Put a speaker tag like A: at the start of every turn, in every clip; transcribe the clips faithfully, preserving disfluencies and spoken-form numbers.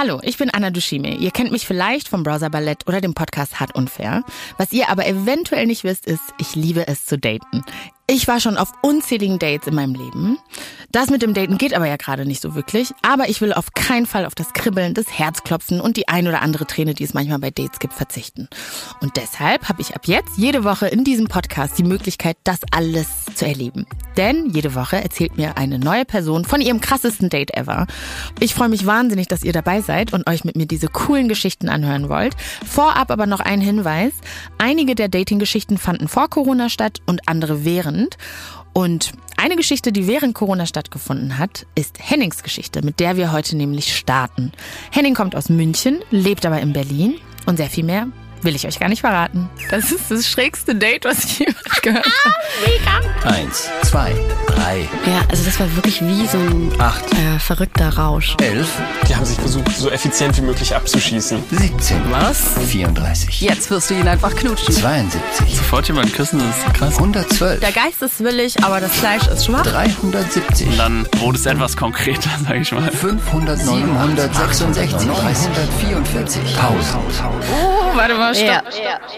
A: Hallo, ich bin Anna Dushime. Ihr kennt mich vielleicht vom Browser Ballett oder dem Podcast Hart Unfair. Was ihr aber eventuell nicht wisst, ist, ich liebe es zu daten. Ich war schon auf unzähligen Dates in meinem Leben. Das mit dem Daten geht aber ja gerade nicht so wirklich. Aber ich will auf keinen Fall auf das Kribbeln, das Herzklopfen und die ein oder andere Träne, die es manchmal bei Dates gibt, verzichten. Und deshalb habe ich ab jetzt jede Woche in diesem Podcast die Möglichkeit, das alles zu erleben. Denn jede Woche erzählt mir eine neue Person von ihrem krassesten Date ever. Ich freue mich wahnsinnig, dass ihr dabei seid und euch mit mir diese coolen Geschichten anhören wollt. Vorab aber noch ein Hinweis. Einige der Dating-Geschichten fanden vor Corona statt und andere während. Und eine Geschichte, die während Corona stattgefunden hat, ist Hennings Geschichte, mit der wir heute nämlich starten. Henning kommt aus München, lebt aber in Berlin und sehr viel mehr will ich euch gar nicht verraten. Das ist das schrägste Date, was ich jemals gehört habe.
B: Mega. Eins, zwei, drei.
C: Ja, also das war wirklich wie so ein
B: acht,
C: äh, verrückter Rausch.
B: elf.
D: Die haben sich versucht, so effizient wie möglich abzuschießen.
B: siebzehn.
C: Was?
B: vierunddreißig.
C: Jetzt wirst du ihn einfach knutschen.
B: zweiundsiebzig.
E: Sofort jemanden küssen, das ist krass.
B: hundertzwölf.
C: Der Geist ist willig, aber das Fleisch ist schwach.
B: dreihundertsiebzig.
E: Und dann wurde es etwas konkreter, sag ich mal.
B: fünfhundert, siebenhundertsechsundsechzig. neunhundertvierundvierzig. Pause.
A: Oh, warte mal, stopp.
C: Ja.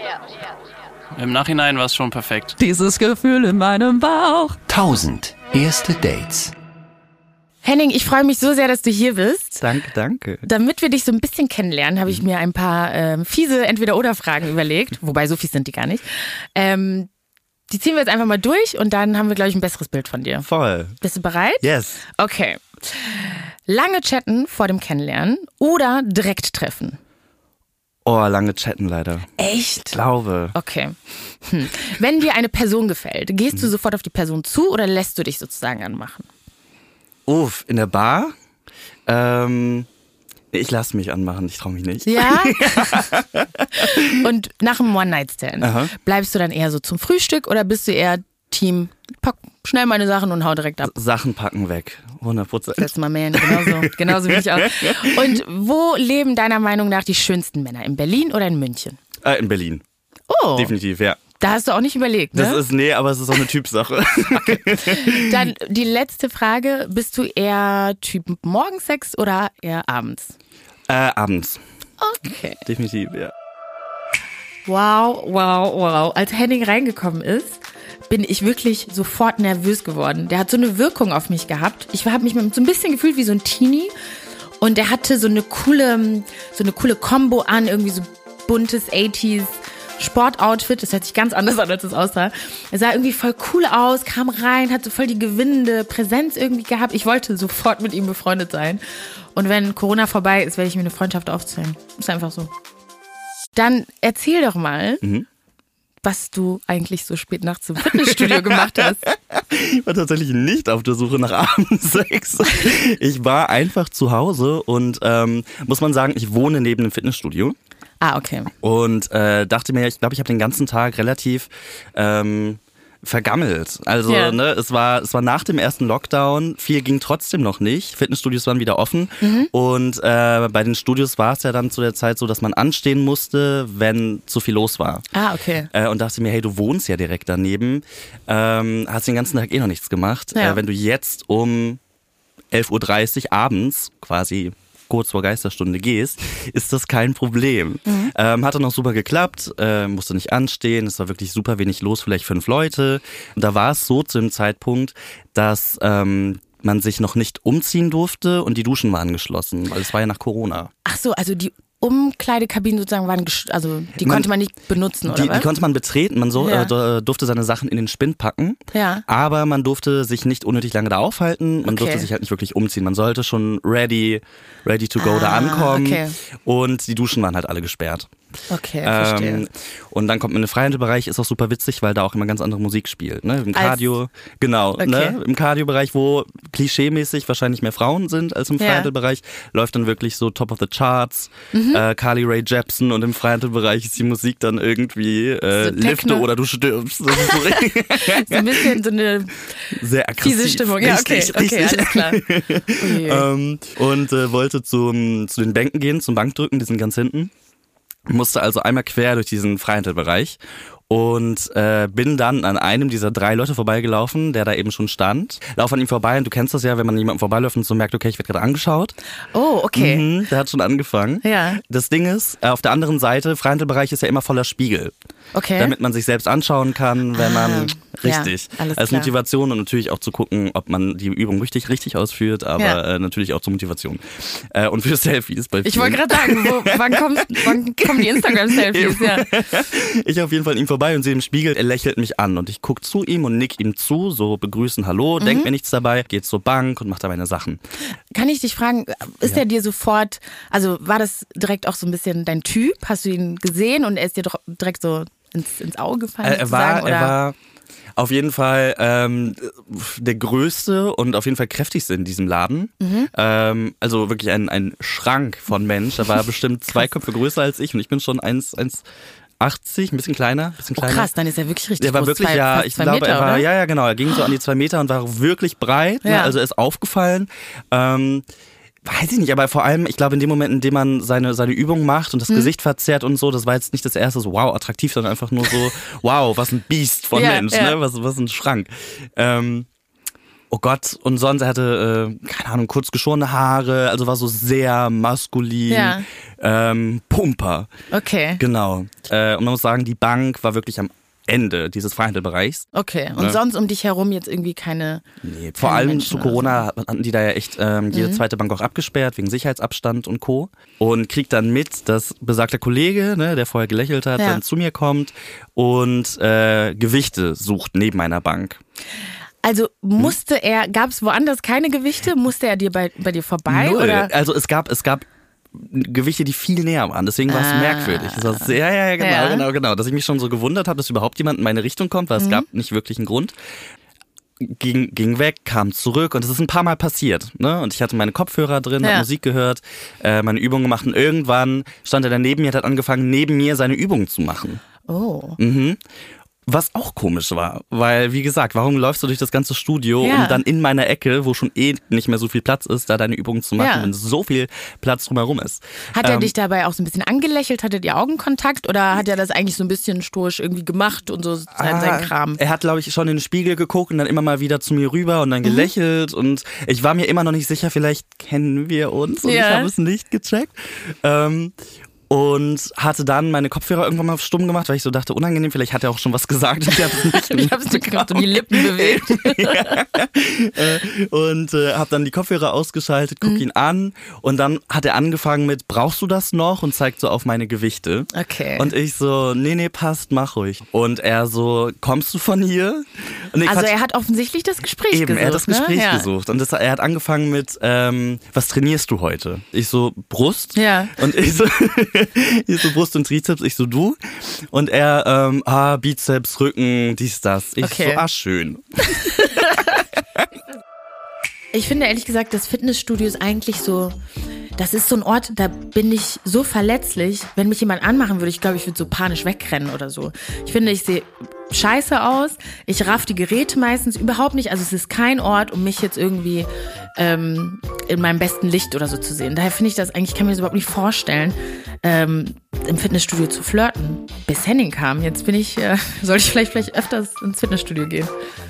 E: Im Nachhinein war es schon perfekt.
C: Dieses Gefühl in meinem Bauch.
B: tausend erste Dates.
A: Henning, ich freue mich so sehr, dass du hier bist.
F: Danke, danke.
A: Damit wir dich so ein bisschen kennenlernen, habe ich mir ein paar ähm, fiese Entweder-Oder-Fragen überlegt. Wobei, so fies sind die gar nicht. Ähm, die ziehen wir jetzt einfach mal durch und dann haben wir, glaube ich, ein besseres Bild von dir.
F: Voll.
A: Bist du bereit?
F: Yes.
A: Okay. Lange chatten vor dem Kennenlernen oder direkt treffen?
F: Oh, lange chatten leider.
A: Echt?
F: Ich glaube.
A: Okay. Hm. Wenn dir eine Person gefällt, gehst du sofort auf die Person zu oder lässt du dich sozusagen anmachen?
F: Uff, in der Bar? Ähm, ich lasse mich anmachen, ich traue mich nicht.
A: Ja? Und nach einem One-Night-Stand,
F: Aha.
A: bleibst du dann eher so zum Frühstück oder bist du eher Team, pack schnell meine Sachen und hau direkt ab?
F: Sachen packen weg, hundert Prozent.
A: Setz mal mehr hin, genauso, genauso wie ich auch. Und wo leben deiner Meinung nach die schönsten Männer? In Berlin oder in München?
F: Äh, in Berlin.
A: Oh,
F: Definitiv, ja.
A: da hast du auch nicht überlegt, ne?
F: Das ist, nee, aber es ist auch eine Typsache.
A: Dann die letzte Frage, bist du eher Typ Morgensex oder eher abends?
F: äh, abends.
A: Okay.
F: Definitiv, ja.
A: Wow, wow, wow. Als Henning reingekommen ist, bin ich wirklich sofort nervös geworden. Der hat so eine Wirkung auf mich gehabt. Ich habe mich so ein bisschen gefühlt wie so ein Teenie. Und der hatte so eine coole, so eine coole Combo an, irgendwie so buntes achtziger Sportoutfit. Das hört sich ganz anders an, als es aussah. Er sah irgendwie voll cool aus, kam rein, hat so voll die gewinnende Präsenz irgendwie gehabt. Ich wollte sofort mit ihm befreundet sein. Und wenn Corona vorbei ist, werde ich mir eine Freundschaft aufzählen. Ist einfach so. Dann erzähl doch mal,
F: Mhm.
A: was du eigentlich so spät nachts im Fitnessstudio gemacht hast.
F: Ich war tatsächlich nicht auf der Suche nach Abendsex. Ich war einfach zu Hause und ähm, muss man sagen, ich wohne neben dem Fitnessstudio.
A: Ah, okay.
F: Und äh, dachte mir, ich glaube, ich habe den ganzen Tag relativ ähm, vergammelt. Also
A: Ja.
F: ne, es war es war nach dem ersten Lockdown, viel ging trotzdem noch nicht. Fitnessstudios waren wieder offen
A: Mhm.
F: und äh, bei den Studios war es ja dann zu der Zeit so, dass man anstehen musste, wenn zu viel los war.
A: Ah, okay.
F: Äh, und dachte mir, hey, du wohnst ja direkt daneben, ähm, hast den ganzen Tag eh noch nichts gemacht.
A: Ja.
F: Äh, wenn du jetzt um elf Uhr dreißig abends quasi kurz vor Geisterstunde gehst, ist das kein Problem.
A: Mhm.
F: Ähm, hatte noch super geklappt, äh, musste nicht anstehen, es war wirklich super wenig los, vielleicht fünf Leute. Und da war es so zu dem Zeitpunkt, dass ähm, man sich noch nicht umziehen durfte und die Duschen waren geschlossen, weil es war ja nach Corona.
A: Ach so, also die Umkleidekabinen sozusagen waren, gesch- also die
F: Man-
A: konnte man nicht benutzen, oder
F: Die,
A: was?
F: die konnte man betreten, man so,
A: Ja.
F: äh, du- durfte seine Sachen in den Spind packen,
A: Ja.
F: aber man durfte sich nicht unnötig lange da aufhalten, man
A: Okay.
F: durfte sich halt nicht wirklich umziehen. Man sollte schon ready, ready to go
A: Ah,
F: da ankommen
A: okay.
F: und die Duschen waren halt alle gesperrt.
A: Okay, verstehe.
F: Ähm, und dann kommt man in den Freihandelbereich, ist auch super witzig, weil da auch immer ganz andere Musik spielt. Ne? Im
A: Als-
F: Cardio, genau,
A: Okay.
F: ne? Im Cardio-Bereich, wo klischeemäßig wahrscheinlich mehr Frauen sind als im
A: Ja.
F: Freihandelbereich, läuft dann wirklich so Top of the Charts,
A: Mhm.
F: äh, Carly Rae Jepsen, und im Freihandelbereich ist die Musik dann irgendwie äh,
A: So Techno.
F: Lifte oder du stirbst. Das ist so
A: So ein bisschen so eine
F: sehr aggressiv.
A: fiese Stimmung. Ja, okay,
F: Richtig,
A: okay,
F: richtig.
A: alles klar. Ui.
F: Ähm, und äh, wollte zum, zu den Bänken gehen, zum Bankdrücken, die sind ganz hinten. Musste also einmal quer durch diesen Freihandelbereich und äh, bin dann an einem dieser drei Leute vorbeigelaufen, der da eben schon stand. Lauf an ihm vorbei und du kennst das ja, wenn man jemanden vorbeiläuft und so merkt, okay, ich werde gerade angeschaut.
A: Oh, okay.
F: Mhm, der hat schon angefangen.
A: Ja.
F: Das Ding ist, äh, auf der anderen Seite, Freihandelbereich ist ja immer voller Spiegel.
A: Okay.
F: Damit man sich selbst anschauen kann, wenn
A: Ah,
F: man richtig,
A: ja, alles
F: als
A: klar.
F: Motivation und natürlich auch zu gucken, ob man die Übung richtig richtig ausführt, aber
A: Ja.
F: äh, natürlich auch zur Motivation. Äh, und für Selfies bei
A: Ich
F: vielen.
A: wollte gerade sagen, wo, wann, kommst, wann kommen die Instagram-Selfies? Ja.
F: Ich auf jeden Fall an ihm vorbei und sehe im Spiegel, er lächelt mich an und ich gucke zu ihm und nick ihm zu, so begrüßen, hallo,
A: Mhm.
F: denkt mir nichts dabei, geht zur Bank und macht da meine Sachen.
A: Kann ich dich fragen, ist er dir sofort, also war das direkt auch so ein bisschen dein Typ? Hast du ihn gesehen und er ist dir doch direkt so ins, ins Auge gefallen?
F: Äh, er, war,
A: sozusagen, oder?
F: er war auf jeden Fall ähm, der größte und auf jeden Fall kräftigste in diesem Laden.
A: Mhm.
F: Ähm, also wirklich ein, ein Schrank von Mensch. Er war bestimmt zwei Köpfe größer als ich und ich bin schon eins Komma achtzig, ein bisschen kleiner. Ein bisschen
A: Oh
F: kleiner.
A: krass, dann ist er wirklich richtig
F: Der war
A: groß.
F: wirklich,
A: zwei,
F: ja,
A: fast
F: ich
A: zwei
F: glaube,
A: Meter,
F: er war,
A: oder?
F: ja, ja, genau, er ging so an die zwei Meter und war wirklich breit, ne?
A: Ja.
F: Also er ist aufgefallen. Ähm, weiß ich nicht, aber vor allem, ich glaube, in dem Moment, in dem man seine, seine Übung macht und das
A: Mhm.
F: Gesicht verzerrt und so, das war jetzt nicht das erste so, wow, attraktiv, sondern einfach nur so, wow, was ein Biest von
A: Ja,
F: Mensch,
A: ja.
F: ne? Was, was ein Schrank. Ähm, Oh Gott, und sonst er hatte, äh, keine Ahnung, kurz geschorene Haare, also war so sehr maskulin,
A: Ja.
F: ähm, Pumper.
A: Okay,
F: Genau. Äh, und man muss sagen, die Bank war wirklich am Ende dieses Freihandelbereichs.
A: okay. Und
F: Ne?
A: sonst um dich herum jetzt irgendwie keine...
F: Nee, vor
A: Keine
F: allem
A: Menschen
F: zu
A: oder
F: Corona hatten die da ja echt ähm, jede zweite Bank auch abgesperrt, wegen Sicherheitsabstand und Co. Und kriegt dann mit, dass besagter Kollege, ne, der vorher gelächelt hat,
A: Ja.
F: dann zu mir kommt und äh, Gewichte sucht neben meiner Bank.
A: Also musste er, gab es woanders keine Gewichte? Musste er dir bei, bei dir vorbei?
F: Null.
A: Oder?
F: Also es gab, es gab Gewichte, die viel näher waren. Deswegen war es
A: Ah.
F: merkwürdig. Das war sehr, ja, ja, genau,
A: Ja.
F: genau, genau. Dass ich mich schon so gewundert habe, dass überhaupt jemand in meine Richtung kommt, weil es
A: Mhm.
F: gab nicht wirklich einen Grund. Ging, ging weg, kam zurück und es ist ein paar Mal passiert. Ne? Und ich hatte meine Kopfhörer drin,
A: Ja.
F: habe Musik gehört, äh, meine Übung gemacht und irgendwann stand er dann neben mir und hat angefangen, neben mir seine Übung zu machen.
A: Oh.
F: Mhm. Was auch komisch war, weil, wie gesagt, warum läufst du durch das ganze Studio,
A: Ja.
F: um dann in meiner Ecke, wo schon eh nicht mehr so viel Platz ist, da deine Übungen zu machen,
A: Ja.
F: wenn so viel Platz drumherum ist.
A: Hat er
F: Ähm,
A: dich dabei auch so ein bisschen angelächelt? Hattet ihr Augenkontakt? Oder hat er das eigentlich so ein bisschen stoisch irgendwie gemacht und so sein, sein
F: Ah,
A: Kram?
F: Er hat, glaube ich, schon in den Spiegel geguckt und dann immer mal wieder zu mir rüber und dann
A: Mhm.
F: gelächelt und ich war mir immer noch nicht sicher, vielleicht kennen wir uns und
A: Ja.
F: ich habe es nicht gecheckt. Ähm, und hatte dann meine Kopfhörer irgendwann mal auf stumm gemacht, weil ich so dachte, unangenehm, vielleicht hat er auch schon was gesagt. Ich habe es nicht
A: Ich hab's mitgemacht und die Lippen bewegt.
F: äh, und äh, habe dann die Kopfhörer ausgeschaltet, guck
A: Mhm.
F: ihn an und dann hat er angefangen mit, brauchst du das noch? Und zeigt so auf meine Gewichte.
A: Okay.
F: Und ich so, nee, nee, passt, mach ruhig. Und er so, kommst du von hier? Und ich
A: Also
F: hatte-
A: er hat offensichtlich das Gespräch
F: Eben,
A: gesucht.
F: er hat das Gespräch
A: ne? Ja.
F: gesucht. Und das, er hat angefangen mit, ähm, was trainierst du heute? Ich so, Brust.
A: Ja.
F: Und ich so, ich so Brust und Trizeps. Ich so, du. Und er, ähm, ah, Bizeps, Rücken, dies, das. Ich
A: Okay.
F: so, ah, schön.
A: Ich finde ehrlich gesagt, das Fitnessstudio ist eigentlich so, das ist so ein Ort, da bin ich so verletzlich. Wenn mich jemand anmachen würde, ich glaube, ich würde so panisch wegrennen oder so. Ich finde, ich sehe scheiße aus. Ich raff die Geräte meistens überhaupt nicht. Also es ist kein Ort, um mich jetzt irgendwie ähm, in meinem besten Licht oder so zu sehen. Daher finde ich das eigentlich, kann mir das überhaupt nicht vorstellen, ähm, im Fitnessstudio zu flirten. Bis Henning kam. Jetzt bin ich, äh, sollte ich vielleicht, vielleicht öfters ins Fitnessstudio gehen.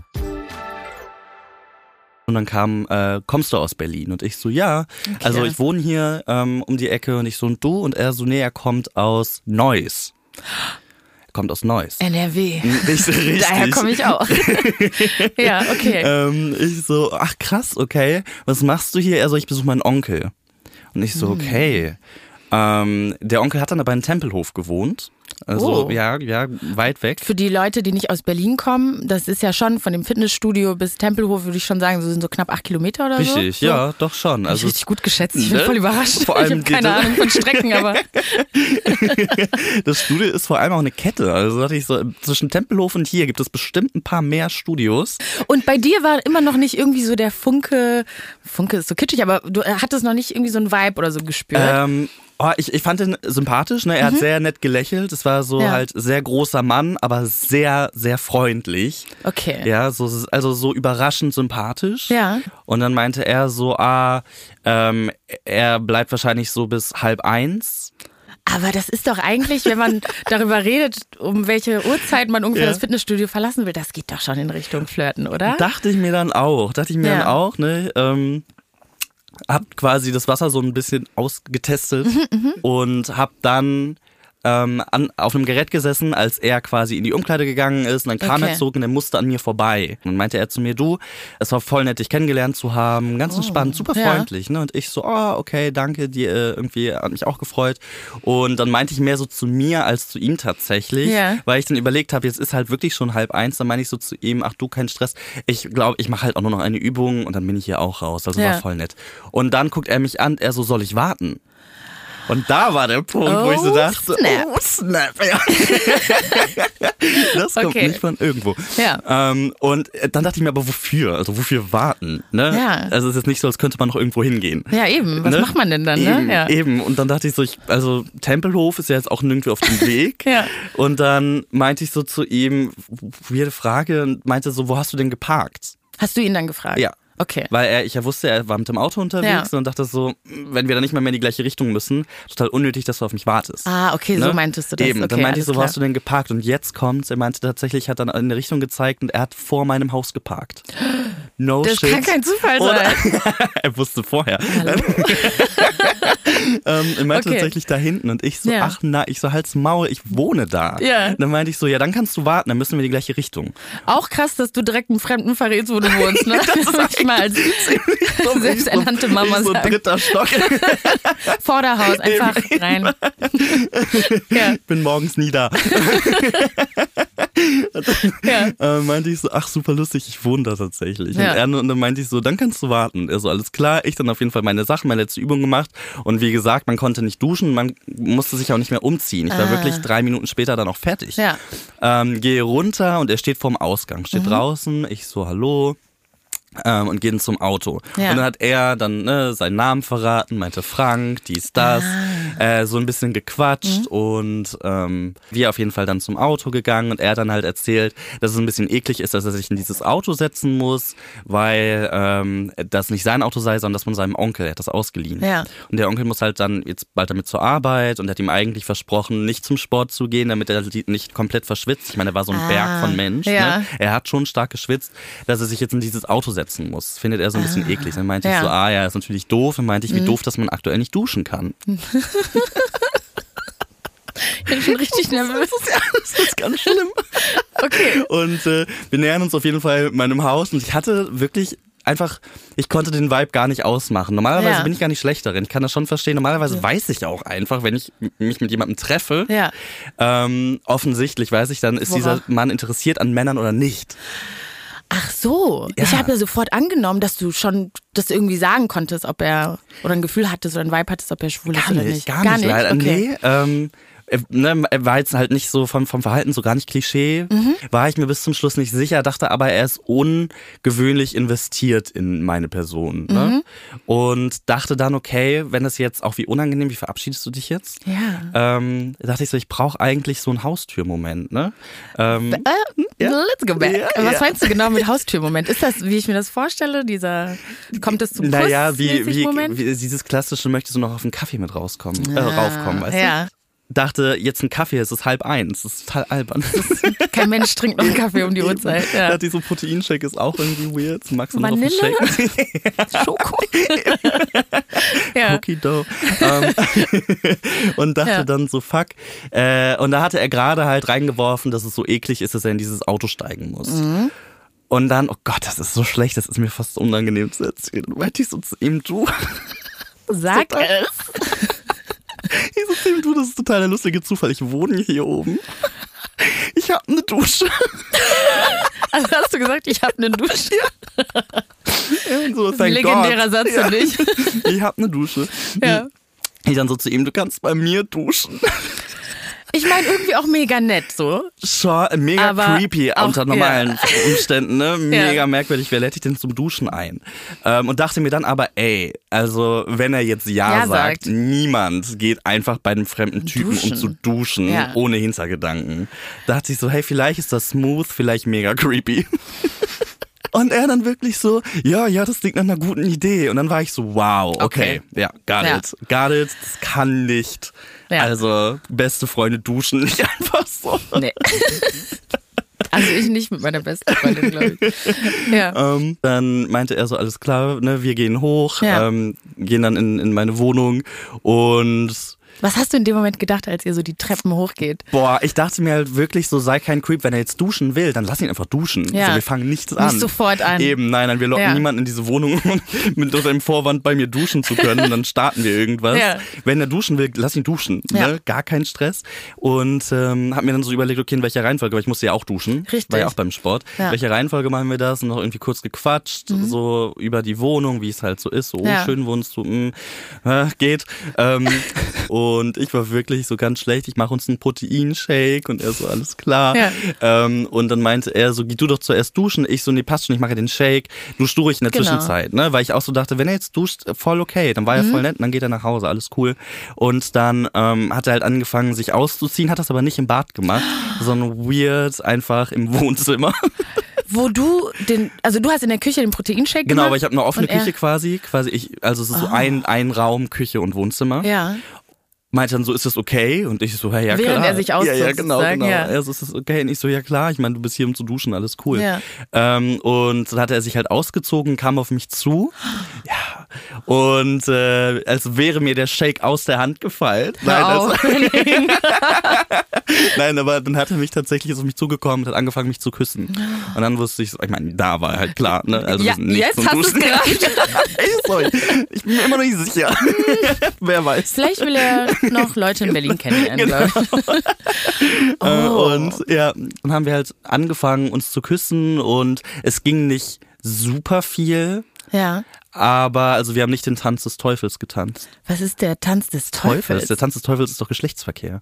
F: Und dann kam, äh, kommst du aus Berlin? Und ich so, ja. Also ich wohne hier ähm, um die Ecke und ich so, und du? Und er so, nee, er kommt aus Neuss. Er kommt aus Neuss.
A: N R W.
F: Ich so, richtig.
A: Daher komme ich auch. Ja, okay.
F: Ähm, ich so, ach krass, okay. Was machst du hier? Er so, ich besuche meinen Onkel. Und ich so, okay. Ähm, der Onkel hat dann aber in Tempelhof gewohnt. Also
A: Oh.
F: ja, ja, weit weg.
A: Für die Leute, die nicht aus Berlin kommen, das ist ja schon von dem Fitnessstudio bis Tempelhof, würde ich schon sagen, so sind so knapp acht Kilometer oder so.
F: Richtig,
A: so.
F: ja, doch schon.
A: Hab ich
F: Also
A: richtig gut geschätzt. Ich bin
F: Ne?
A: voll überrascht.
F: Vor allem
A: ich habe keine
F: die-
A: Ahnung von Strecken, aber
F: das Studio ist vor allem auch eine Kette. Also dachte ich so, zwischen Tempelhof und hier gibt es bestimmt ein paar mehr Studios.
A: und bei dir war immer noch nicht irgendwie so der Funke, Funke ist so kitschig, aber du hattest noch nicht irgendwie so einen Vibe oder so gespürt.
F: Ähm, oh, ich, ich fand ihn sympathisch, ne? Er hat sehr nett gelächelt. Es war so
A: Mhm. Ja.
F: halt sehr großer Mann, aber sehr, sehr freundlich.
A: Okay.
F: Ja, so, also so überraschend sympathisch.
A: Ja.
F: Und dann meinte er so, ah, ähm, er bleibt wahrscheinlich so bis halb eins.
A: Aber das ist doch eigentlich, wenn man darüber redet, um welche Uhrzeit man ungefähr
F: Ja.
A: das Fitnessstudio verlassen will, das geht doch schon in Richtung Flirten, oder?
F: Dachte ich mir dann auch. Dachte ich mir
A: Ja.
F: dann auch, ne? Ähm, hab quasi das Wasser so ein bisschen ausgetestet und hab dann ähm, an, auf einem Gerät gesessen, als er quasi in die Umkleide gegangen ist und dann kam
A: Okay.
F: er zurück und er musste an mir vorbei. Und dann meinte er zu mir, du, es war voll nett, dich kennengelernt zu haben, ganz entspannt, super
A: Ja.
F: freundlich. Ne? Und ich so, oh, okay, danke, dir äh, irgendwie hat mich auch gefreut. Und dann meinte ich mehr so zu mir als zu ihm tatsächlich,
A: Ja.
F: weil ich dann überlegt habe, jetzt ist halt wirklich schon halb eins, dann meine ich so zu ihm, ach du, kein Stress. Ich glaube, ich mache halt auch nur noch eine Übung und dann bin ich hier auch raus. Also
A: Ja.
F: war voll nett. Und dann guckt er mich an, er so, soll ich warten? Und da war der Punkt, wo ich so
A: Oh,
F: dachte,
A: snap.
F: oh snap, ja. Das kommt
A: Okay.
F: nicht von irgendwo.
A: Ja.
F: Ähm, und dann dachte ich mir, aber wofür? Also wofür warten? Ne?
A: Ja.
F: Also es ist jetzt nicht so, als könnte man noch irgendwo hingehen.
A: Ja, eben. Was
F: Ne?
A: macht man denn dann,
F: Eben,
A: ne? Ja.
F: eben. Und dann dachte ich so, ich, also Tempelhof ist ja jetzt auch nirgendwo auf dem Weg.
A: Ja.
F: Und dann meinte ich so zu ihm, weirde Frage, und meinte so, wo hast du denn geparkt?
A: Hast du ihn dann gefragt?
F: Ja.
A: Okay.
F: Weil er, ich ja wusste, er war mit dem Auto unterwegs
A: Ja.
F: und dachte so, wenn wir dann nicht mehr, mehr in die gleiche Richtung müssen, total unnötig, dass du auf mich wartest.
A: Ah, okay, so
F: Ne?
A: meintest du das.
F: Eben,
A: okay,
F: dann meinte ich
A: alles
F: so, wo
A: klar.
F: hast du denn geparkt? Und jetzt kommt's, er meinte tatsächlich, hat dann in eine Richtung gezeigt und er hat vor meinem Haus geparkt. No
A: Das
F: shit.
A: kann kein Zufall
F: Oder-
A: sein.
F: Er wusste vorher. ähm, er meinte
A: Okay.
F: tatsächlich da hinten und ich so,
A: Ja.
F: ach na, ich so, halt's Maul, ich wohne da.
A: Ja.
F: Dann meinte ich so, ja, dann kannst du warten, dann müssen wir in die gleiche Richtung.
A: Auch krass, dass du direkt einen Fremden verrätst, wo du wohnst, ne? Das ist ich mal als selbsternannte Mama
F: ich so
A: sagen.
F: dritter Stock.
A: Vorderhaus, einfach rein. Ja.
F: Ich bin morgens nie da.
A: Ja.
F: äh, meinte ich so, ach super lustig, ich wohne da tatsächlich.
A: Ja.
F: Und, er, und dann meinte ich so, dann kannst du warten. Er so, alles klar. Ich dann auf jeden Fall meine Sachen, meine letzte Übung gemacht. Und wie gesagt, man konnte nicht duschen, man musste sich auch nicht mehr umziehen. Ich war
A: Ah.
F: wirklich drei Minuten später dann auch fertig.
A: Ja.
F: Ähm, gehe runter und er steht vorm Ausgang, steht draußen. Ich so, hallo. Ähm, und gehen zum Auto.
A: Ja.
F: Und dann hat er dann ne, seinen Namen verraten, meinte Frank, dies, das,
A: Ah.
F: äh, so ein bisschen gequatscht
A: Mhm.
F: und ähm, wir auf jeden Fall dann zum Auto gegangen und er hat dann halt erzählt, dass es ein bisschen eklig ist, dass er sich in dieses Auto setzen muss, weil ähm, das nicht sein Auto sei, sondern das von seinem Onkel, er hat das ausgeliehen.
A: Ja.
F: Und der Onkel muss halt dann jetzt bald damit zur Arbeit und hat ihm eigentlich versprochen, nicht zum Sport zu gehen, damit er nicht komplett verschwitzt. Ich meine, er war so ein
A: Ah,
F: Berg von Mensch.
A: ja.
F: Ne? Er hat schon stark geschwitzt, dass er sich jetzt in dieses Auto setzen muss. Findet er so ein bisschen eklig. Dann meinte
A: Ja.
F: ich so, ah ja, ist natürlich doof. Dann meinte ich, wie doof, dass man aktuell nicht duschen kann.
A: Ich bin schon richtig nervös.
F: Ja, das ist ganz schlimm.
A: Okay.
F: Und äh, wir nähern uns auf jeden Fall meinem Haus und ich hatte wirklich einfach, ich konnte den Vibe gar nicht ausmachen. Normalerweise
A: Ja.
F: bin ich gar nicht schlecht darin. Ich kann das schon verstehen. Normalerweise weiß ich auch einfach, wenn ich m- mich mit jemandem treffe,
A: Ja.
F: ähm, offensichtlich weiß ich dann, ist
A: Worauf?
F: dieser Mann interessiert an Männern oder nicht.
A: Ach so.
F: Ja.
A: Ich habe ja sofort angenommen, dass du schon das irgendwie sagen konntest, ob er oder ein Gefühl hattest oder ein Vibe hattest, ob er schwul ist
F: Gar
A: oder
F: nicht,
A: nicht.
F: gar nicht. Leider.
A: Okay.
F: Nee, ähm, er, ne, er war jetzt halt nicht so vom, vom Verhalten so gar nicht Klischee.
A: Mhm.
F: War ich mir bis zum Schluss nicht sicher, dachte aber, er ist ungewöhnlich investiert in meine Person. Ne?
A: Mhm.
F: Und dachte dann, okay, wenn das jetzt auch wie unangenehm, wie verabschiedest du dich jetzt?
A: Ja.
F: Ähm, dachte ich so, ich brauche eigentlich so einen Haustürmoment. Ne? Ähm,
A: Äh, Let's go back.
F: Ja,
A: Was
F: ja.
A: meinst du genau mit Haustürmoment? Ist das, wie ich mir das vorstelle, dieser, kommt es zum
F: naja, wie,
A: Kuss-mäßig
F: wie,
A: Moment?
F: wie dieses klassische, möchtest du noch auf einen Kaffee mit rauskommen, äh, raufkommen, weißt du?
A: Ja.
F: Dachte, jetzt ein Kaffee, es ist halb eins, das ist total albern.
A: Kein Mensch trinkt noch einen Kaffee um die Uhrzeit.
F: Da
A: Ja.
F: dachte ich so, Proteinshake ist auch irgendwie weird. Magst du noch auf
A: Vanille?
F: einen Shake?
A: Schoko. ja.
F: Cookie Dough. ähm, und dachte
A: Ja.
F: dann so, fuck. Äh, und da hatte er gerade halt reingeworfen, dass es so eklig ist, dass er in dieses Auto steigen muss.
A: Mhm.
F: Und dann, oh Gott, das ist so schlecht, das ist mir fast unangenehm zu erzählen. Und meinte ich so zu ihm, du,
A: Sag
F: Total.
A: es.
F: ich so zu ihm, du, das ist total der lustige Zufall, ich wohne hier oben. Ich habe eine Dusche.
A: Also hast du gesagt, ich habe eine Dusche.
F: Und so,
A: Das ist ein
F: thank
A: legendärer
F: God.
A: Satz
F: Ja.
A: für dich.
F: Ich habe eine Dusche.
A: Ja.
F: Ich dann so zu ihm, du kannst bei mir duschen.
A: Ich meine irgendwie auch mega nett so.
F: Schon mega
A: Aber
F: creepy
A: auch-
F: unter normalen Umständen, ne? Mega
A: Ja.
F: merkwürdig, wer lädt dich denn zum Duschen ein? Ähm, und dachte mir dann aber, ey, also wenn er jetzt Ja,
A: Ja
F: sagt,
A: sagt.
F: niemand geht einfach bei einem fremden Typen, um
A: Duschen.
F: zu duschen,
A: Ja.
F: ohne Hintergedanken. Dachte ich so, hey, vielleicht ist das smooth, vielleicht mega creepy. Und er dann wirklich so, ja, ja, das klingt nach einer guten Idee. Und dann war ich so, wow, okay,
A: Okay.
F: ja, got
A: Ja.
F: it, got it, das kann nicht.
A: Ja.
F: Also, beste Freunde duschen nicht einfach so.
A: Nee. Also ich nicht mit meiner besten Freundin, glaube ich. Ja.
F: Ähm, dann meinte er so, alles klar, ne, wir gehen hoch,
A: Ja.
F: ähm, gehen dann in, in meine Wohnung und
A: Was hast du in dem Moment gedacht, als ihr so die Treppen hochgeht?
F: boah, ich dachte mir halt wirklich so, sei kein Creep, wenn er jetzt duschen will, dann lass ihn einfach duschen.
A: Ja.
F: So, wir fangen nichts an.
A: Nicht sofort an.
F: Eben, nein, nein, wir locken
A: Ja.
F: niemanden in diese Wohnung mit unter dem Vorwand bei mir duschen zu können und dann starten wir irgendwas.
A: Ja.
F: Wenn er duschen will, lass ihn duschen,
A: Ja.
F: ne? Gar kein Stress. Und ähm, hab mir dann so überlegt, okay, in welcher Reihenfolge, weil ich musste ja auch duschen.
A: Richtig.
F: War ja auch beim Sport.
A: Ja.
F: In welcher Reihenfolge machen wir das? Und noch irgendwie kurz gequatscht, so über die Wohnung, wie es halt so ist. So, oh,
A: Ja.
F: schön wohnst du, mh, äh, geht. Ähm, und ich war wirklich so ganz schlecht, ich mache uns einen Proteinshake und er so, alles klar.
A: Ja.
F: Ähm, und dann meinte er so, geh du doch zuerst duschen. Ich so, nee, passt schon, ich mache den Shake. Dusch du ruhig in der
A: Genau.
F: Zwischenzeit, ne? Weil ich auch so dachte, wenn er jetzt duscht, voll okay. Dann war er voll nett und dann geht er nach Hause, alles cool. Und dann ähm, hat er halt angefangen, sich auszuziehen, hat das aber nicht im Bad gemacht, sondern weird einfach im Wohnzimmer.
A: Wo du den, also du hast in der Küche den Proteinshake
F: Genau,
A: gemacht?
F: aber ich habe eine offene
A: und er-
F: Küche quasi, quasi ich, also es ist so ein, ein Raum, Küche und Wohnzimmer.
A: Ja.
F: Meinte dann so, ist das okay? Und ich so, ja, ja,
A: Während
F: klar.
A: er sich
F: Ja,
A: auszog,
F: ja, genau,
A: sozusagen,
F: genau.
A: ja.
F: Er so, ist das okay? Und ich so, ja klar, ich meine, du bist hier, um zu duschen, alles cool.
A: Ja.
F: Ähm, und dann hat er sich halt ausgezogen, kam auf mich zu. Ja. Und äh, als wäre mir der Shake aus der Hand gefallen. Nein,
A: Hör
F: also,
A: auf.
F: nein, aber dann hat er mich tatsächlich ist auf mich zugekommen und hat angefangen, mich zu küssen. Und dann wusste ich so, ich meine, da war halt klar, ne? Also wir
A: Ja,
F: sind nicht
A: jetzt
F: zum
A: hast du's
F: Duschen.
A: gerafft.
F: ich, so, ich, ich bin mir immer noch nicht sicher. Wer weiß.
A: Vielleicht will er noch Leute in Berlin kennenlernen.
F: Genau.
A: glaub ich.
F: Äh,
A: Oh.
F: Und ja, dann haben wir halt angefangen, uns zu küssen und es ging nicht super viel,
A: Ja.
F: aber also wir haben nicht den Tanz des Teufels getanzt.
A: Was ist der Tanz des Teufels?
F: Der Tanz des Teufels ist doch Geschlechtsverkehr.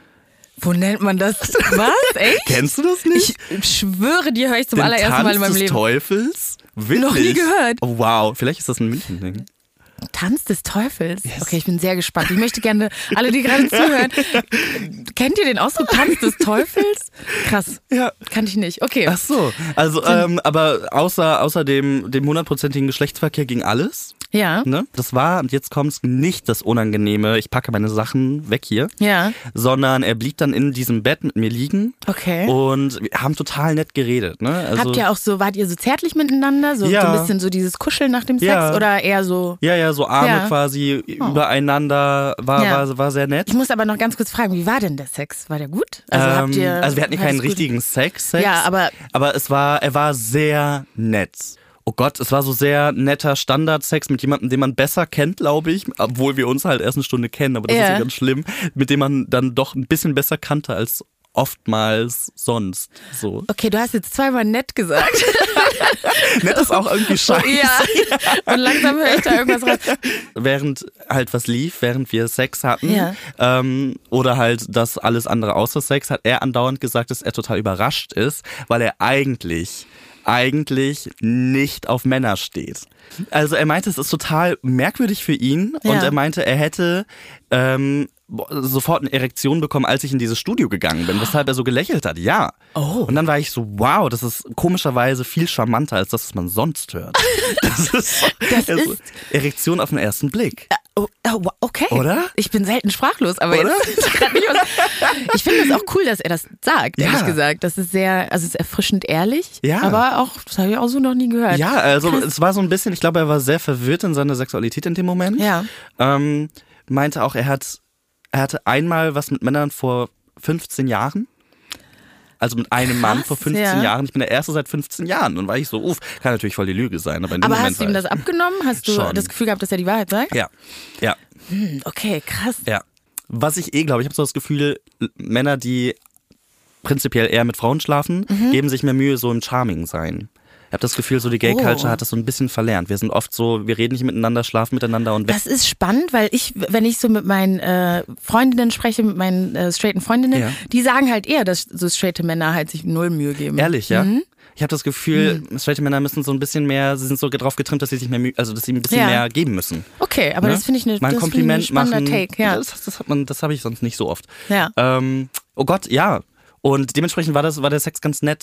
A: Wo nennt man das? Was? Echt?
F: Kennst du das nicht?
A: Ich schwöre dir, höre ich zum
F: den
A: allerersten
F: Tanz
A: Mal in meinem
F: des
A: Leben.
F: Teufels? Wirklich?
A: Noch nie gehört.
F: Oh, wow, vielleicht ist das ein München-Ding.
A: Tanz des Teufels? Okay, ich bin sehr gespannt. Ich möchte gerne, alle, die gerade zuhören, kennt ihr den Ausdruck Tanz des Teufels? Krass.
F: Ja.
A: Kannte ich nicht. Okay.
F: Ach so, also ähm, aber außer, außer dem, dem hundertprozentigen Geschlechtsverkehr ging alles.
A: Ja.
F: Ne? Das war, und jetzt kommt's, nicht das Unangenehme, ich packe meine Sachen weg hier,
A: Ja.
F: sondern er blieb dann in diesem Bett mit mir liegen
A: Okay.
F: und wir haben total nett geredet. Ne? Also,
A: Habt ihr auch so, wart ihr so zärtlich miteinander? So,
F: Ja.
A: so ein bisschen so dieses Kuscheln nach dem Sex?
F: Ja.
A: Oder eher so...
F: ja, ja, so Arme
A: Ja.
F: quasi übereinander, war,
A: Ja.
F: war, war sehr nett.
A: Ich muss aber noch ganz kurz fragen, wie war denn der Sex? War der gut? Also,
F: Ähm,
A: habt ihr,
F: also wir hatten
A: war
F: keinen
A: das gut?
F: richtigen Sex, Sex.
A: Ja, aber-
F: aber es war, er war sehr nett. Oh Gott, es war so sehr netter Standardsex mit jemandem, den man besser kennt, glaube ich, obwohl wir uns halt erst eine Stunde kennen, aber das
A: Ja.
F: ist ja ganz schlimm, mit dem man dann doch ein bisschen besser kannte als oftmals sonst. So.
A: Okay, du hast jetzt zweimal nett gesagt.
F: Nett ist auch irgendwie scheiße.
A: Ja. Und langsam höre ich da irgendwas raus.
F: Während halt was lief, während wir Sex hatten,
A: Ja.
F: ähm, oder halt das alles andere außer Sex, hat er andauernd gesagt, dass er total überrascht ist, weil er eigentlich eigentlich nicht auf Männer steht. Also er meinte, es ist total merkwürdig für ihn
A: Ja.
F: und er meinte, er hätte ähm, sofort eine Erektion bekommen, als ich in dieses Studio gegangen bin, weshalb er so gelächelt hat. Ja.
A: Oh.
F: Und dann war ich so, wow, das ist komischerweise viel charmanter als das, was man sonst hört. Das ist,
A: Das
F: also,
A: ist-
F: Erektion auf den ersten Blick.
A: Oh, oh, okay.
F: Oder?
A: Ich bin selten sprachlos, aber
F: Oder?
A: jetzt grad nicht was. Ich finde es auch cool, dass er das sagt, ehrlich
F: Ja.
A: gesagt. Das ist sehr, also es ist erfrischend ehrlich,
F: Ja.
A: aber auch, das habe ich auch so noch nie gehört.
F: Ja, also
A: Krass.
F: es war so ein bisschen, ich glaube, er war sehr verwirrt in seiner Sexualität in dem Moment.
A: Ja.
F: Ähm, meinte auch, er hat, er hatte einmal was mit Männern vor fünfzehn Jahren. Also mit einem Mann vor fünfzehn
A: ja.
F: Jahren. Ich bin der Erste seit fünfzehn Jahren. Und war ich so, uff, kann natürlich voll die Lüge sein. Aber in dem
A: Aber
F: Moment
A: hast du ihm
F: war
A: das abgenommen? Hast du
F: Schon.
A: das Gefühl gehabt, dass er die Wahrheit sagt?
F: Ja, ja,
A: Hm, okay, krass.
F: ja. Was ich eh glaube, ich habe so das Gefühl, Männer, die prinzipiell eher mit Frauen schlafen,
A: Mhm.
F: geben sich mehr Mühe, so im Charming sein. Ich habe das Gefühl, so die Gay Culture
A: Oh.
F: hat das so ein bisschen verlernt. Wir sind oft so, wir reden nicht miteinander, schlafen miteinander und weg.
A: Das ist spannend, weil ich, wenn ich so mit meinen äh, Freundinnen spreche, mit meinen äh, straighten Freundinnen,
F: Ja.
A: die sagen halt eher, dass so straighte Männer halt sich null Mühe geben.
F: Ehrlich, ja?
A: Mhm.
F: Ich habe das Gefühl, straighte Männer müssen so ein bisschen mehr, sie sind so drauf getrimmt, dass sie sich mehr, Mühe- also dass sie ein bisschen
A: Ja.
F: mehr geben müssen.
A: Okay, aber
F: Ne?
A: das finde ich eine
F: Mal ein
A: das finde ich ein
F: Kompliment
A: spannender
F: machen.
A: Take. Ja.
F: Das, das hat man, das habe ich sonst nicht so oft.
A: Ja.
F: Ähm, oh Gott, ja. Und dementsprechend war das, war der Sex ganz nett.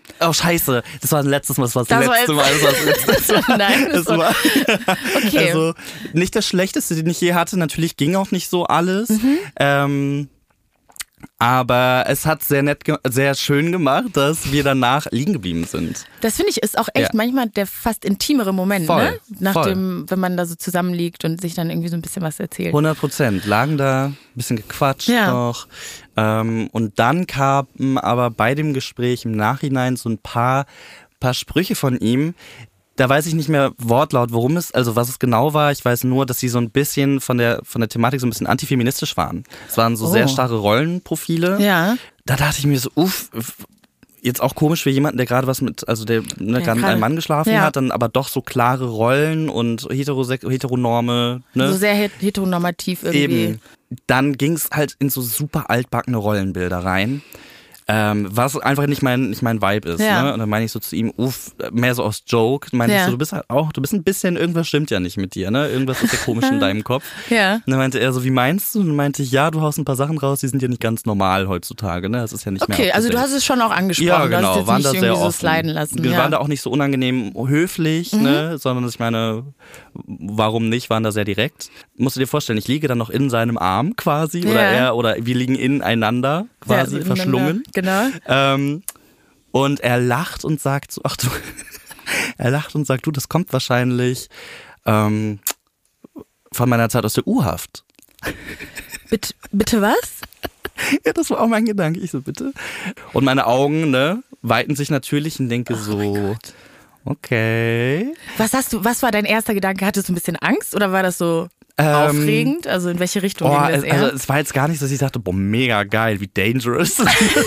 F: Oh, scheiße. Das war das letzte Mal. Das war das,
A: Das war
F: letzte
A: jetzt-
F: Mal. Das war das letzte Mal.
A: Nein, das
F: Das war,
A: Okay.
F: Also, nicht das Schlechteste, den ich je hatte. Natürlich ging auch nicht so alles.
A: Mhm.
F: Ähm, aber es hat sehr nett, ge- sehr schön gemacht, dass wir danach liegen geblieben sind.
A: Das finde ich ist auch echt
F: Ja.
A: manchmal der fast intimere Moment,
F: Voll,
A: ne? Nach
F: voll.
A: dem, wenn man da so zusammenliegt und sich dann irgendwie so ein bisschen was erzählt.
F: hundert Prozent. Lagen da, ein bisschen gequatscht
A: Ja.
F: noch. Ähm, und dann kamen aber bei dem Gespräch im Nachhinein so ein paar, paar Sprüche von ihm. Da weiß ich nicht mehr wortlaut, worum es, also was es genau war. Ich weiß nur, dass sie so ein bisschen von der, von der Thematik so ein bisschen antifeministisch waren. Es waren so
A: Oh.
F: sehr starre Rollenprofile.
A: Ja.
F: Da dachte ich mir so, uff, jetzt auch komisch für jemanden, der gerade was mit, also der ne,
A: Ja,
F: gerade mit
A: gerade-
F: einem Mann geschlafen
A: ja.
F: hat, dann aber doch so klare Rollen und Heterose- Heteronorme. Ne?
A: So sehr het- heteronormativ irgendwie.
F: Eben. Dann ging es halt in so super altbackene Rollenbilder rein. Ähm, was einfach nicht mein, nicht mein Vibe ist.
A: Ja.
F: Ne? Und dann meine ich so zu ihm, uff, mehr so aus Joke. Meine
A: Ja.
F: ich so, du bist halt auch, du bist ein bisschen, irgendwas stimmt ja nicht mit dir, ne? Irgendwas ist ja komisch in deinem Kopf.
A: Ja.
F: Und dann meinte er so, wie meinst du? Und dann meinte ich, ja, du haust ein paar Sachen raus, die sind ja nicht ganz normal heutzutage, ne? Das ist ja nicht mehr
A: Okay, also du
F: up to date.
A: hast es schon auch angesprochen.
F: Ja,
A: Du hast es
F: genau,
A: jetzt
F: waren
A: nicht
F: da
A: irgendwie
F: sehr
A: so
F: offen.
A: sliden lassen.
F: Wir
A: ja.
F: waren da auch nicht so unangenehm höflich, ne, sondern ich meine, warum nicht, waren da sehr direkt. Musst du dir vorstellen, ich liege dann noch in seinem Arm quasi oder
A: Ja.
F: er oder wir liegen ineinander quasi
A: Ja, so
F: verschlungen.
A: Genau.
F: Ähm, und er lacht und sagt so, ach du, er lacht und sagt, du, das kommt wahrscheinlich ähm, von meiner Zeit aus der U-Haft.
A: Bitte, bitte was?
F: Ja, das war auch mein Gedanke. Ich so, bitte. Und meine Augen, ne, weiten sich natürlich und denke so, okay.
A: Was hast du, was war dein erster Gedanke? Hattest du ein bisschen Angst oder war das so
F: Ähm,
A: aufregend? Also in welche Richtung
F: Oh,
A: ging das
F: es,
A: eher?
F: also es war jetzt gar nicht, dass ich dachte, boah, mega geil, wie dangerous.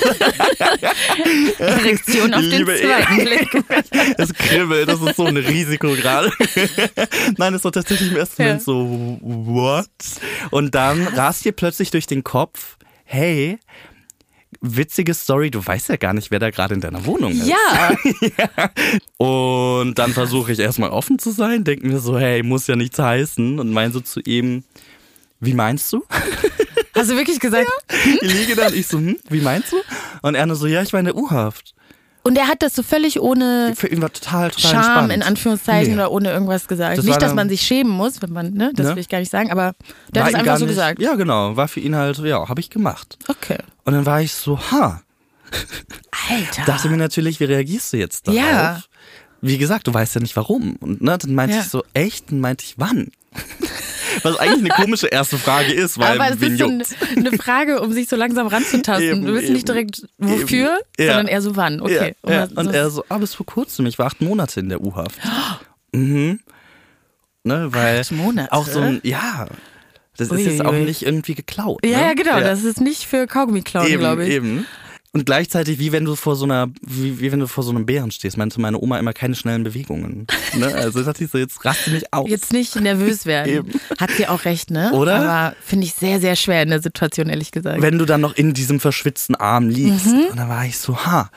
A: Erektion auf
F: Ich
A: den
F: liebe
A: zweiten Blick.
F: Das kribbelt, das ist so ein Risiko gerade. Nein, es war tatsächlich im ersten
A: Ja.
F: Moment so, what? Und dann rast dir plötzlich durch den Kopf, hey, witzige Story, du weißt ja gar nicht, wer da gerade in deiner Wohnung ist.
A: Ja.
F: Und dann versuche ich erstmal offen zu sein, denke mir so, hey, muss ja nichts heißen. Und mein so zu ihm, wie meinst du?
A: Hast du wirklich gesagt?
F: Ich liege da und ich so, hm, wie meinst du? Und er nur so, ja, ich war in der U-Haft.
A: Und er hat das so völlig ohne
F: Für ihn war total, total
A: Scham
F: entspannt.
A: in Anführungszeichen
F: Nee.
A: oder ohne irgendwas gesagt.
F: Das
A: Nicht,
F: war
A: dass
F: dann-
A: man sich schämen muss, wenn man, ne, das
F: Ne?
A: will ich gar nicht sagen, aber der
F: War
A: hat es
F: ihm
A: einfach
F: gar
A: so
F: nicht-
A: gesagt.
F: Ja, genau. War für ihn halt, ja, habe ich gemacht.
A: Okay.
F: Und dann war ich so, ha,
A: Alter.
F: dachte mir natürlich, wie reagierst du jetzt darauf?
A: Ja.
F: Wie gesagt, du weißt ja nicht warum. Und ne, dann meinte
A: Ja.
F: ich so, echt? Dann meinte ich, wann? Was eigentlich eine komische erste Frage ist, weil
A: aber es
F: wen
A: ist so
F: juckt's?
A: eine, eine Frage, um sich so langsam ranzutasten.
F: Eben,
A: du bist nicht
F: eben,
A: direkt wofür,
F: eben. Ja.
A: sondern eher so wann. Okay.
F: Ja, ja.
A: Und
F: Und
A: das-
F: er so, ah, bis vor kurzem, ich war acht Monate in der U-Haft. Mhm. Ne, weil
A: Acht Monate?
F: auch so ein, ja, das ist jetzt auch
A: Uiuiui.
F: nicht irgendwie geklaut.
A: ja,
F: ne?
A: ja, genau. Das ist nicht für Kaugummi-Klauen,
F: eben,
A: glaube ich.
F: eben. Und gleichzeitig, wie wenn du vor so einer, wie, wie wenn du vor so einem Bären stehst, meinte meine Oma immer keine schnellen Bewegungen. Ne? Also dachte ich so, jetzt raste nicht aus.
A: Jetzt nicht nervös werden.
F: Eben.
A: Hat sie auch recht, ne?
F: Oder?
A: Aber finde ich sehr, sehr schwer in der Situation, ehrlich gesagt.
F: Wenn du dann noch in diesem verschwitzten Arm liegst.
A: Mhm.
F: Und dann war ich so, ha,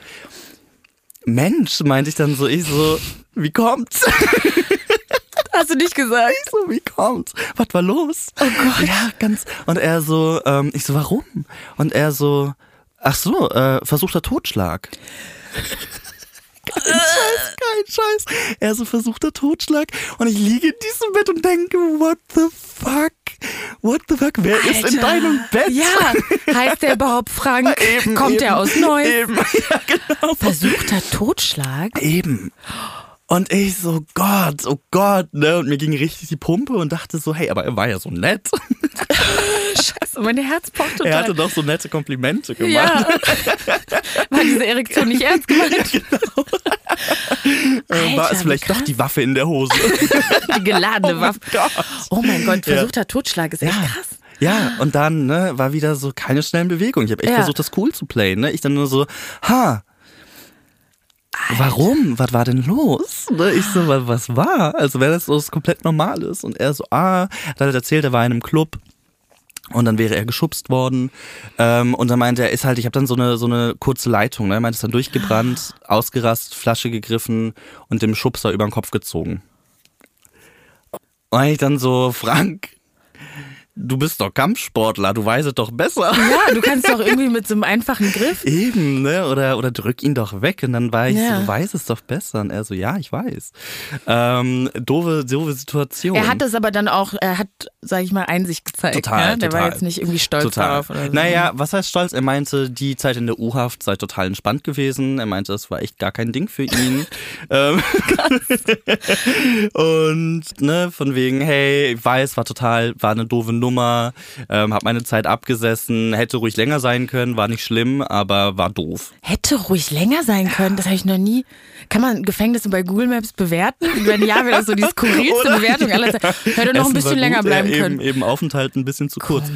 F: Mensch, meinte ich dann so, ich so, wie kommt's?
A: Hast du nicht gesagt?
F: Ich so, wie kommt's? Was war los? Oh Gott. Ja, ganz. Und er so, ähm, ich so, warum? Und er so, ach so, äh, versuchter Totschlag. Kein Scheiß, kein Scheiß. Er so, versuchter Totschlag. Und ich liege in diesem Bett und denke, what the fuck? What the fuck? Wer ist in
A: Alter.
F: deinem Bett?
A: Ja, heißt der überhaupt Frank?
F: Eben,
A: Kommt
F: eben,
A: er aus Neuss?
F: Eben, ja, genau.
A: Versuchter Totschlag?
F: Eben. Und ich so, Gott, oh Gott, ne? Und mir ging richtig die Pumpe und dachte so, hey, aber er war ja so nett.
A: Scheiße, mein Herz pocht total.
F: Er hatte doch so nette Komplimente gemacht.
A: ja. War diese Erektion nicht ernst gemeint?
F: Äh, war
A: Alter,
F: es vielleicht
A: wie
F: doch die Waffe in der Hose?
A: Die geladene Waffe.
F: Gott.
A: Oh mein Gott,
F: Ja.
A: versuchter Totschlag ist echt
F: Ja.
A: krass.
F: Ja, und dann ne, war wieder so keine schnellen Bewegungen. Ich habe echt
A: Ja.
F: versucht, das cool zu playen. Ne? Ich dann nur so, ha, warum? Was war denn los? Ne? Ich so, was, was war? Also wäre das so was komplett Normales. Und er so, ah, hat halt erzählt, er war in einem Club. Und dann wäre er geschubst worden. Ähm, und dann meinte er, ist halt, ich habe dann so eine so eine kurze Leitung, ne? Er meinte, ist dann durchgebrannt, ausgerast, Flasche gegriffen und dem Schubser über den Kopf gezogen. Und ich dann so, Frank, du bist doch Kampfsportler, du weißt es doch besser.
A: Ja, du kannst doch irgendwie mit so einem einfachen Griff.
F: Eben, ne? Oder, oder drück ihn doch weg. Und dann war ich
A: Ja.
F: so, du weißt es doch besser. Und er so, ja, ich weiß. Ähm, doofe, doofe Situation.
A: Er hat es aber dann auch, er hat, sag ich mal, Einsicht gezeigt.
F: Total,
A: ne? Der
F: total.
A: war jetzt nicht irgendwie stolz
F: Total.
A: darauf oder so.
F: Naja, was heißt stolz? Er meinte, die Zeit in der U-Haft sei total entspannt gewesen. Er meinte, das war echt gar kein Ding für ihn. ähm, und ne, von wegen, hey, ich weiß, war total, war eine doofe Nummer, ähm, hab meine Zeit abgesessen, hätte ruhig länger sein können, war nicht schlimm, aber war doof.
A: Hätte ruhig länger sein können, das habe ich noch nie. Kann man Gefängnisse bei Google Maps bewerten? Wenn ja, wäre das so die skurrilste
F: Oder?
A: Bewertung aller Zeiten. Hätte noch ein
F: Essen
A: bisschen
F: war
A: länger
F: gut,
A: bleiben
F: ja,
A: können.
F: Eben, eben Aufenthalt ein bisschen zu kurz.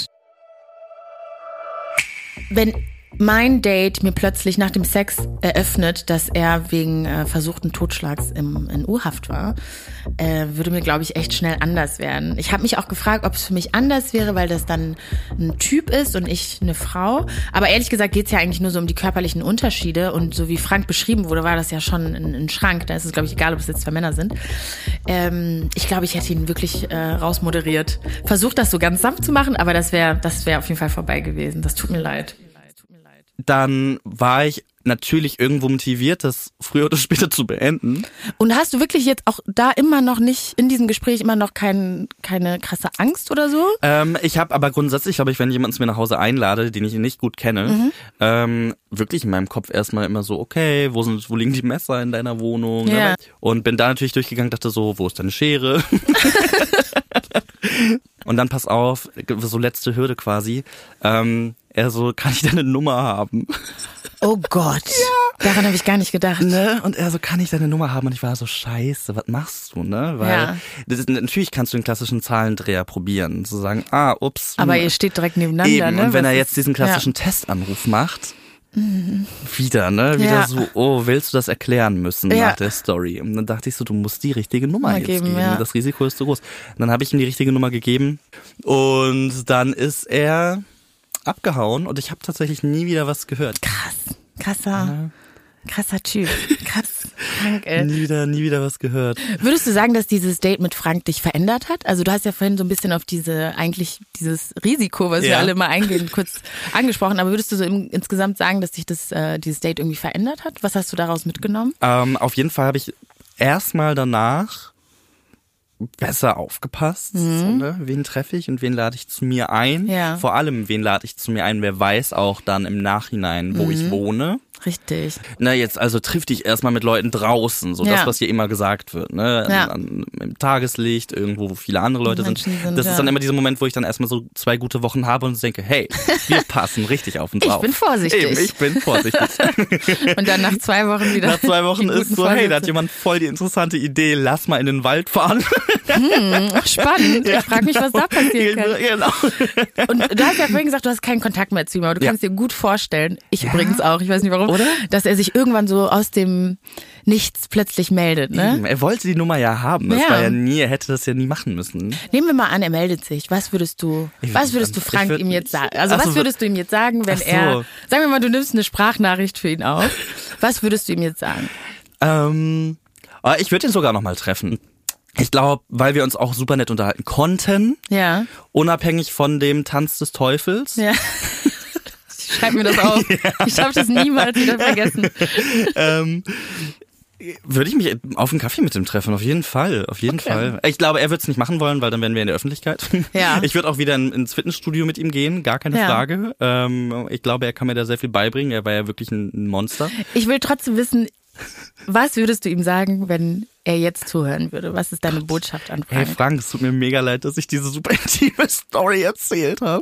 A: Wenn mein Date mir plötzlich nach dem Sex eröffnet, dass er wegen äh, versuchten Totschlags im, in U-Haft war, äh, würde mir, glaube ich, echt schnell anders werden. Ich habe mich auch gefragt, ob es für mich anders wäre, weil das dann ein Typ ist und ich eine Frau. Aber ehrlich gesagt geht es ja eigentlich nur so um die körperlichen Unterschiede. Und so wie Frank beschrieben wurde, war das ja schon ein, ein Schrank. Da ist es, glaube ich, egal, ob es jetzt zwei Männer sind. Ähm, ich glaube, ich hätte ihn wirklich äh, rausmoderiert. Versucht, das so ganz sanft zu machen, aber das wäre das wäre auf jeden Fall vorbei gewesen. Das tut mir leid.
F: Dann war ich natürlich irgendwo motiviert, das früher oder später zu beenden.
A: Und hast du wirklich jetzt auch da immer noch nicht, in diesem Gespräch immer noch kein, keine krasse Angst oder so?
F: Ähm, ich habe aber grundsätzlich, glaube ich, wenn jemand zu mir nach Hause einlade, den ich nicht gut kenne, mhm. ähm, wirklich in meinem Kopf erstmal immer so, okay, wo sind, wo liegen die Messer in deiner Wohnung?
A: Ja.
F: Ne? Und bin da natürlich durchgegangen, dachte so, wo ist deine Schere? Und dann pass auf, so letzte Hürde quasi, ähm, er so, kann ich deine Nummer haben?
A: Oh Gott, ja. Daran habe ich gar nicht gedacht.
F: Ne? Und er so, kann ich deine Nummer haben? Und ich war so, scheiße, was machst du, ne? Weil
A: ja.
F: das ist, natürlich kannst du den klassischen Zahlendreher probieren, zu sagen, ah, ups.
A: Aber ihr steht direkt nebeneinander,
F: eben.
A: ne?
F: Und wenn
A: Was
F: er jetzt
A: ist,
F: diesen klassischen
A: ja.
F: Testanruf macht, mhm. wieder, ne? Wieder
A: ja.
F: so, oh, willst du das erklären müssen
A: ja.
F: nach der Story? Und dann dachte ich so, du musst die richtige Nummer
A: Mal
F: jetzt
A: geben.
F: geben.
A: Ja.
F: Das Risiko ist zu groß. Und dann habe ich ihm die richtige Nummer gegeben und dann ist er abgehauen und ich habe tatsächlich nie wieder was gehört.
A: Krass. Krasser, ja. krasser Typ. Krass. Frank, ey.
F: Nie wieder, nie wieder was gehört.
A: Würdest du sagen, dass dieses Date mit Frank dich verändert hat? Also du hast ja vorhin so ein bisschen auf diese, eigentlich dieses Risiko, was ja. wir alle mal eingehen, kurz angesprochen. Aber würdest du so im, insgesamt sagen, dass dich das, äh, dieses Date irgendwie verändert hat? Was hast du daraus mitgenommen?
F: Ähm, auf jeden Fall habe ich erstmal danach besser aufgepasst, mhm. so, ne? Wen treffe ich und wen lade ich zu mir ein.
A: Ja.
F: Vor allem, wen lade ich zu mir ein, wer weiß auch dann im Nachhinein, wo mhm. ich wohne.
A: Richtig.
F: Na, jetzt also triff dich erstmal mit Leuten draußen, so
A: ja.
F: das, was hier immer gesagt wird, ne?
A: Ja.
F: An, an, Im Tageslicht, irgendwo, wo viele andere Leute sind. sind. Das
A: ja.
F: ist dann immer dieser Moment, wo ich dann erstmal so zwei gute Wochen habe und denke, hey, wir passen richtig auf uns
A: ich
F: auf.
A: Ich bin vorsichtig.
F: Eben, ich bin vorsichtig.
A: Und dann nach zwei Wochen wieder.
F: Nach zwei Wochen ist so, hey, da hat jemand voll die interessante Idee, lass mal in den Wald fahren.
A: Hm, spannend. Ja. Ich frage mich, was da passieren kann.
F: Genau.
A: Und du hast ja vorhin gesagt, du hast keinen Kontakt mehr zu ihm, aber du ja. kannst dir gut vorstellen, ich ja. übrigens auch, ich weiß nicht warum,
F: oder?
A: Dass er sich irgendwann so aus dem Nichts plötzlich meldet, ne?
F: Er wollte die Nummer ja haben. Das
A: ja.
F: war ja nie, er hätte das ja nie machen müssen.
A: Nehmen wir mal an, er meldet sich. Was würdest du, ich was würdest du Frank würd, ihm jetzt sagen? Also was so, würdest du ihm jetzt sagen, wenn so. er, sagen wir mal, du nimmst eine Sprachnachricht für ihn auf. Was würdest du ihm jetzt sagen?
F: Ähm, ich würde ihn sogar noch mal treffen. Ich glaube, weil wir uns auch super nett unterhalten konnten.
A: Ja.
F: Unabhängig von dem Tanz des Teufels.
A: Ja. Schreib mir das auf. Ja. Ich habe das niemals wieder vergessen.
F: ähm, würde ich mich auf einen Kaffee mit ihm treffen, auf jeden Fall, auf jeden okay. Fall. Ich glaube, er wird es nicht machen wollen, weil dann wären wir in der Öffentlichkeit.
A: Ja.
F: Ich würde auch wieder in, ins Fitnessstudio mit ihm gehen, gar keine ja. Frage. Ähm, ich glaube, er kann mir da sehr viel beibringen. Er war ja wirklich ein Monster.
A: Ich will trotzdem wissen, was würdest du ihm sagen, wenn er jetzt zuhören würde? Was ist deine Botschaft an Frank?
F: Hey Frank, es tut mir mega leid, dass ich diese super intime Story erzählt habe.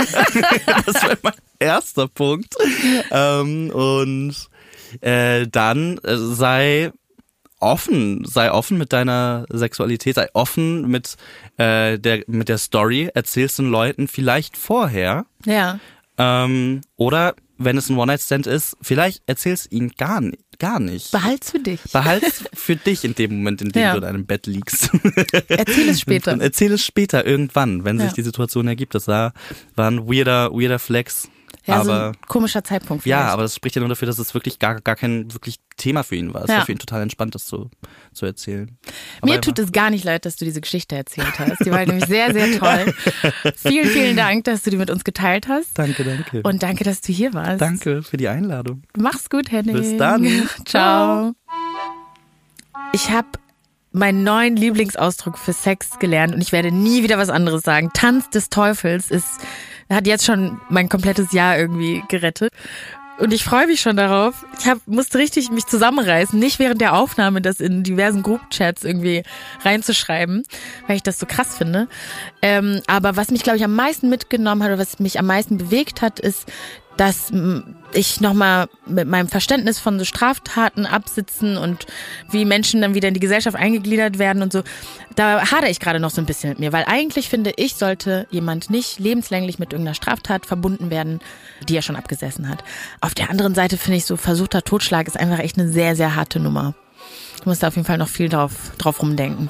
F: Das war mein erster Punkt. Ähm, und äh, dann äh, sei offen, sei offen mit deiner Sexualität, sei offen mit äh, der mit der Story, erzählst den Leuten vielleicht vorher.
A: Ja.
F: Ähm, oder wenn es ein One-Night-Stand ist, vielleicht erzähl's ihnen gar nicht. Gar nicht.
A: Behalt's für dich.
F: Behalt's für dich in dem Moment, in dem
A: ja.
F: du in deinem Bett liegst.
A: Erzähl es später.
F: Erzähl es später irgendwann, wenn
A: ja.
F: sich die Situation ergibt. Das war, war ein weirder, weirder Flex.
A: Ja,
F: aber,
A: so ein komischer Zeitpunkt vielleicht.
F: Ja, aber das spricht ja nur dafür, dass es wirklich gar, gar kein wirklich Thema für ihn war. Es
A: ja.
F: war für ihn total entspannt, das zu, zu erzählen.
A: Aber Mir
F: er
A: tut es gar nicht leid, dass du diese Geschichte erzählt hast. Die war nämlich sehr, sehr toll. Vielen, vielen Dank, dass du die mit uns geteilt hast.
F: Danke, danke.
A: Und danke, dass du hier warst.
F: Danke für die Einladung.
A: Mach's gut, Henning.
F: Bis dann.
A: Ciao. Ich habe meinen neuen Lieblingsausdruck für Sex gelernt und ich werde nie wieder was anderes sagen. Tanz des Teufels ist, hat jetzt schon mein komplettes Jahr irgendwie gerettet. Und ich freue mich schon darauf. Ich hab, musste richtig mich zusammenreißen, nicht während der Aufnahme das in diversen Group-Chats irgendwie reinzuschreiben, weil ich das so krass finde. Ähm, aber was mich, glaube ich, am meisten mitgenommen hat oder was mich am meisten bewegt hat, ist, dass ich nochmal mit meinem Verständnis von so Straftaten absitzen und wie Menschen dann wieder in die Gesellschaft eingegliedert werden und so, da hadere ich gerade noch so ein bisschen mit mir, weil eigentlich finde ich, sollte jemand nicht lebenslänglich mit irgendeiner Straftat verbunden werden, die er schon abgesessen hat. Auf der anderen Seite finde ich so, versuchter Totschlag ist einfach echt eine sehr, sehr harte Nummer. Ich muss da auf jeden Fall noch viel drauf, drauf rumdenken.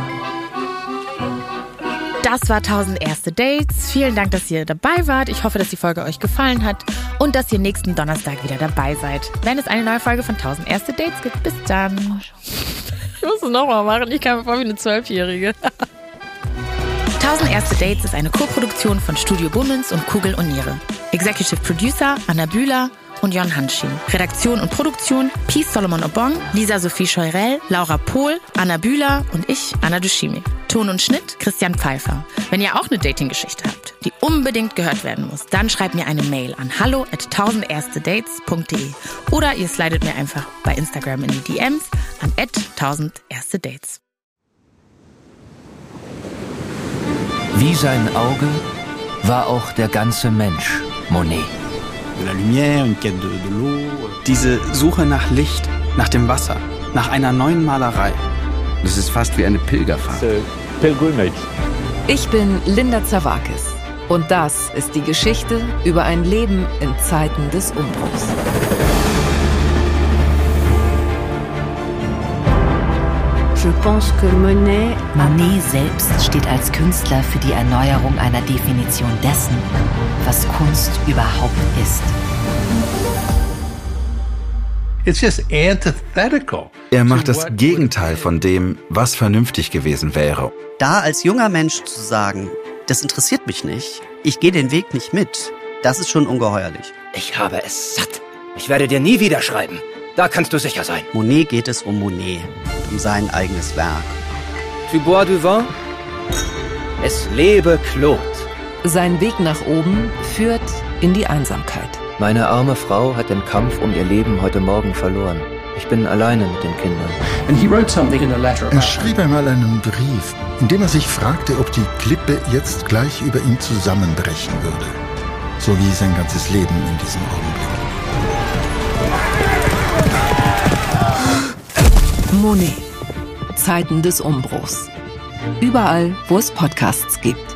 A: Das war tausend erste Dates. Vielen Dank, dass ihr dabei wart. Ich hoffe, dass die Folge euch gefallen hat und dass ihr nächsten Donnerstag wieder dabei seid, wenn es eine neue Folge von tausend erste Dates gibt. Bis dann. Ich muss es nochmal machen. Ich kam mir vor wie eine Zwölfjährige. tausend erste Dates ist eine Co-Produktion von Studio Bummens und Kugel und Niere. Executive Producer Anna Bühler und Jon Hanschin. Redaktion und Produktion Peace Solomon Obong, Lisa Sophie Scheurell, Laura Pohl, Anna Bühler und ich, Anna Dushimi. Ton und Schnitt Christian Pfeiffer. Wenn ihr auch eine Dating-Geschichte habt, die unbedingt gehört werden muss, dann schreibt mir eine Mail an hallo at tausend erste dates punkt de oder ihr slidet mir einfach bei Instagram in die D Ms an at tausend erste dates.
B: Wie sein Auge war auch der ganze Mensch Monet.
G: Diese Suche nach Licht, nach dem Wasser, nach einer neuen Malerei.
H: Das ist fast wie eine Pilgerfahrt.
I: Ich bin Linda Zawakis und das ist die Geschichte über ein Leben in Zeiten des Umbruchs.
J: Monet selbst steht als Künstler für die Erneuerung einer Definition dessen, was Kunst überhaupt ist.
K: Er macht das Gegenteil von dem, was vernünftig gewesen wäre.
L: Da als junger Mensch zu sagen, das interessiert mich nicht, ich gehe den Weg nicht mit, das ist schon ungeheuerlich.
M: Ich habe es satt. Ich werde dir nie wieder schreiben. Da kannst du sicher sein.
L: Monet geht es um Monet, um sein eigenes Werk.
M: Tu bois du vin? Es lebe Claude.
I: Sein Weg nach oben führt in die Einsamkeit.
N: Meine arme Frau hat den Kampf um ihr Leben heute Morgen verloren. Ich bin alleine mit den Kindern.
O: Er schrieb einmal einen Brief, in dem er sich fragte, ob die Klippe jetzt gleich über ihn zusammenbrechen würde. So wie sein ganzes Leben in diesem Augenblick.
I: Monet. Zeiten des Umbruchs. Überall, wo es Podcasts gibt.